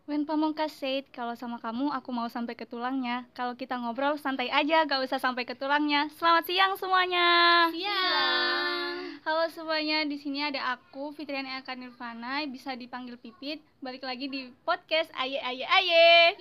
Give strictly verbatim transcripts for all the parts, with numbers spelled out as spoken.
When Pamungkas said, kalau sama kamu aku mau sampai ke tulangnya. Kalau kita ngobrol santai aja, gak usah sampai ke tulangnya. Selamat siang semuanya. Siang. Halo semuanya, di sini ada aku Fitriana Eka Nirvana, bisa dipanggil Pipit. Balik lagi di podcast Aye Aye Aye.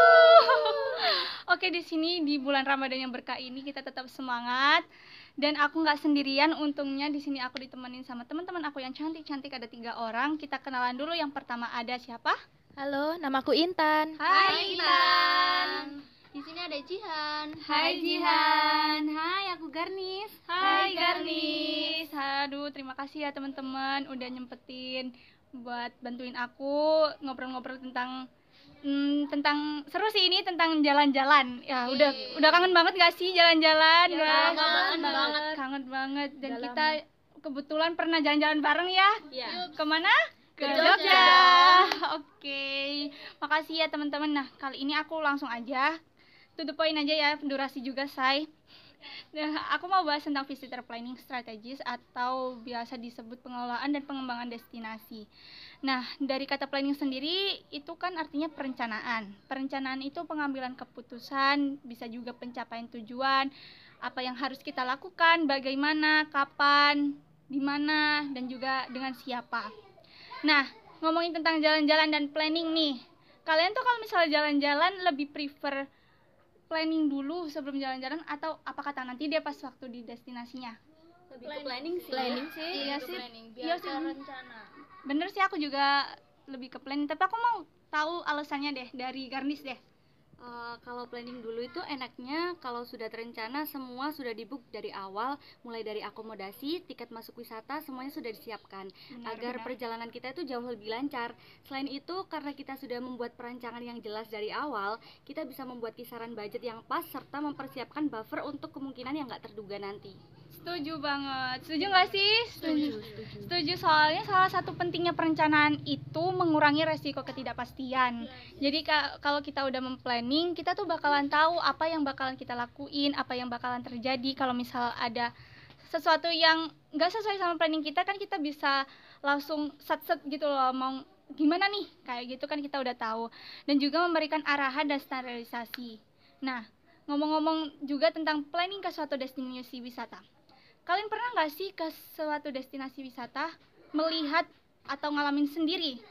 Oke, di sini di bulan Ramadan yang berkah ini kita tetap semangat. Dan aku nggak sendirian, untungnya di sini aku ditemenin sama teman-teman aku yang cantik-cantik, ada tiga orang. Kita kenalan dulu. Yang pertama ada siapa? Halo, namaku Intan. Hai Intan. Di sini ada Jihan. Hai Jihan. Hai, aku Garnis. Hai Garnis. Aduh, terima kasih ya teman-teman udah nyempetin buat bantuin aku ngobrol-ngobrol tentang hmm, tentang seru sih ini, tentang jalan-jalan. Ya, udah Iya. udah kangen banget gak sih jalan-jalan? Ya, Wah, kangen banget. Kangen banget. Dan Udah kita kebetulan pernah jalan-jalan bareng ya. Iya. Kemana? Ke Jogja. Jogja. Oke, makasih ya teman-teman. Nah, kali ini aku langsung aja to the point aja ya, durasi juga say. Nah, aku mau bahas tentang visitor planning strategies atau biasa disebut pengelolaan dan pengembangan destinasi. Nah, dari kata planning sendiri itu kan artinya perencanaan. Perencanaan itu pengambilan keputusan, bisa juga pencapaian tujuan, apa yang harus kita lakukan, bagaimana, kapan, di mana, dan juga dengan siapa. Nah, ngomongin tentang jalan-jalan dan planning nih. Kalian tuh kalau misalnya jalan-jalan lebih prefer planning dulu sebelum jalan-jalan atau apa kata nanti dia pas waktu di destinasinya? Lebih ke planning sih. Planning sih. Iya Lebih ke sih. planning, Iya biar sih. rencana. Bener sih, aku juga lebih ke planning, tapi aku mau tahu alasannya deh dari Garnis deh. Uh, kalau planning dulu itu enaknya kalau sudah terencana, semua sudah dibook dari awal, mulai dari akomodasi, tiket masuk wisata, semuanya sudah disiapkan Benar, agar benar. perjalanan kita itu jauh lebih lancar. Selain itu, karena kita sudah membuat perancangan yang jelas dari awal, kita bisa membuat kisaran budget yang pas serta mempersiapkan buffer untuk kemungkinan yang nggak terduga nanti. Setuju banget. Setuju nggak sih? Setuju, setuju. Setuju, soalnya salah satu pentingnya perencanaan itu mengurangi resiko ketidakpastian. Jadi ka- kalau kita udah memplanning, kita tuh bakalan tahu apa yang bakalan kita lakuin, apa yang bakalan terjadi. Kalau misal ada sesuatu yang nggak sesuai sama planning kita, kan kita bisa langsung set-set gitu loh, mau gimana nih, kayak gitu kan kita udah tahu. Dan juga memberikan arahan dan standarisasi. Nah, ngomong-ngomong juga tentang planning ke suatu destinasi wisata, kalian pernah nggak sih ke suatu destinasi wisata melihat atau ngalamin sendiri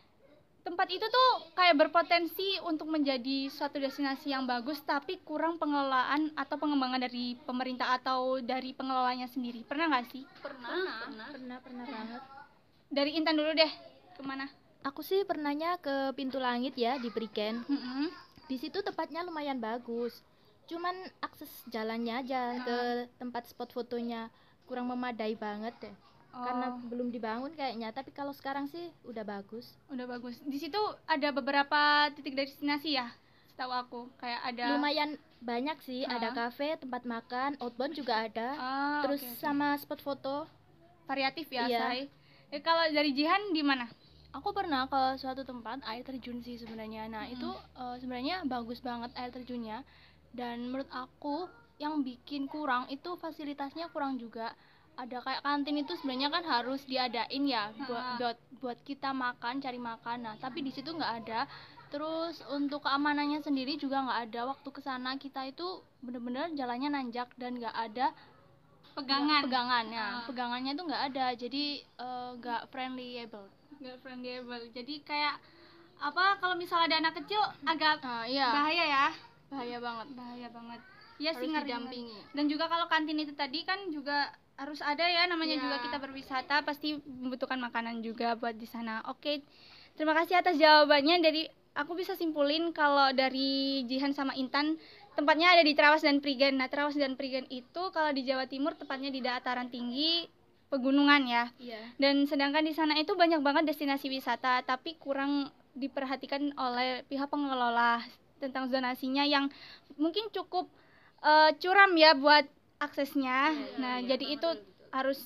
tempat itu tuh kayak berpotensi untuk menjadi suatu destinasi yang bagus, tapi kurang pengelolaan atau pengembangan dari pemerintah atau dari pengelolanya sendiri? Pernah nggak sih? Pernah, pernah. Pernah, pernah banget. Dari Intan dulu deh, kemana? Aku sih pernahnya ke Pintu Langit ya di Prigen. Mm-mm. Di situ tempatnya lumayan bagus. Cuman akses jalannya aja ke tempat spot fotonya kurang memadai banget deh. Karena Oh, belum dibangun kayaknya, tapi kalau sekarang sih udah bagus. udah bagus. Di situ ada beberapa titik destinasi ya, setahu aku. Kayak ada. Lumayan banyak sih, Ah. ada kafe, tempat makan, outbound juga ada. Ah, Terus oke, oke. sama spot foto. Variatif ya, Iya. Say. Eh, kalau dari Jihan di mana? Aku pernah ke suatu tempat air terjun sih sebenarnya. Nah, Mm. itu eh, sebenarnya bagus banget air terjunnya. Dan menurut aku yang bikin kurang itu fasilitasnya kurang juga. Ada kayak kantin itu sebenarnya kan harus diadain ya buat Ah. buat, buat kita makan, cari makan. Nah, tapi di situ nggak ada. Terus untuk keamanannya sendiri juga nggak ada. Waktu ke sana kita itu bener-bener jalannya nanjak dan nggak ada Pegangan. pegangan ya. Ah. Pegangannya tuh nggak ada. Jadi eh, nggak friendlyable. Nggak friendlyable. Jadi kayak apa, kalau misalnya ada anak kecil agak Nah, iya. bahaya ya. Bahaya banget. Bahaya banget. Iya sih, Harus ngeri. didampingi. Dan juga kalau kantin itu tadi kan juga harus ada ya, namanya Iya. juga kita berwisata pasti membutuhkan makanan juga buat di sana. Oke. Terima kasih atas jawabannya. Dari aku bisa simpulin kalau dari Jihan sama Intan tempatnya ada di Trawas dan Prigen. Nah, Trawas dan Prigen itu kalau di Jawa Timur tepatnya di dataran tinggi pegunungan ya. Iya. Dan sedangkan di sana itu banyak banget destinasi wisata, tapi kurang diperhatikan oleh pihak pengelola tentang zonasinya yang mungkin cukup eh, curam ya buat aksesnya. Nah, jadi itu harus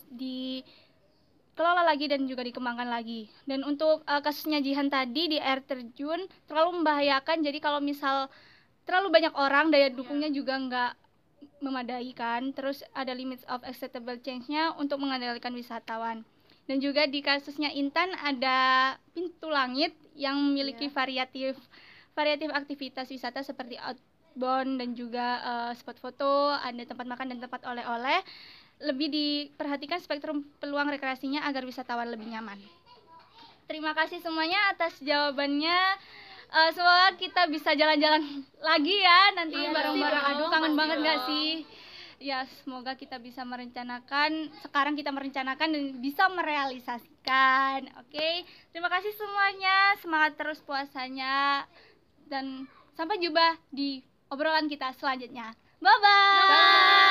dikelola lagi dan juga dikembangkan lagi. Dan untuk eh, kasusnya Jihan tadi di air terjun terlalu membahayakan. Jadi kalau misal terlalu banyak orang, daya dukungnya juga nggak memadai kan. Terus ada limits of acceptable change-nya untuk mengendalikan wisatawan. Dan juga di kasusnya Intan ada Pintu Langit yang memiliki Iya. variatif variatif aktivitas wisata seperti outbound dan juga eh, spot foto, ada tempat makan dan tempat oleh-oleh. Lebih diperhatikan spektrum peluang rekreasinya agar wisatawan lebih nyaman. Terima kasih semuanya atas jawabannya. Eh, semoga kita bisa jalan-jalan lagi ya nanti Iya, bareng-bareng. pasti Aduh, dong, kangen pasti banget gak dong. sih? Ya, semoga kita bisa merencanakan. Sekarang kita merencanakan dan bisa merealisasikan. Oke, terima kasih semuanya. Semangat terus puasanya. Dan sampai jumpa di obrolan kita selanjutnya. Bye-bye.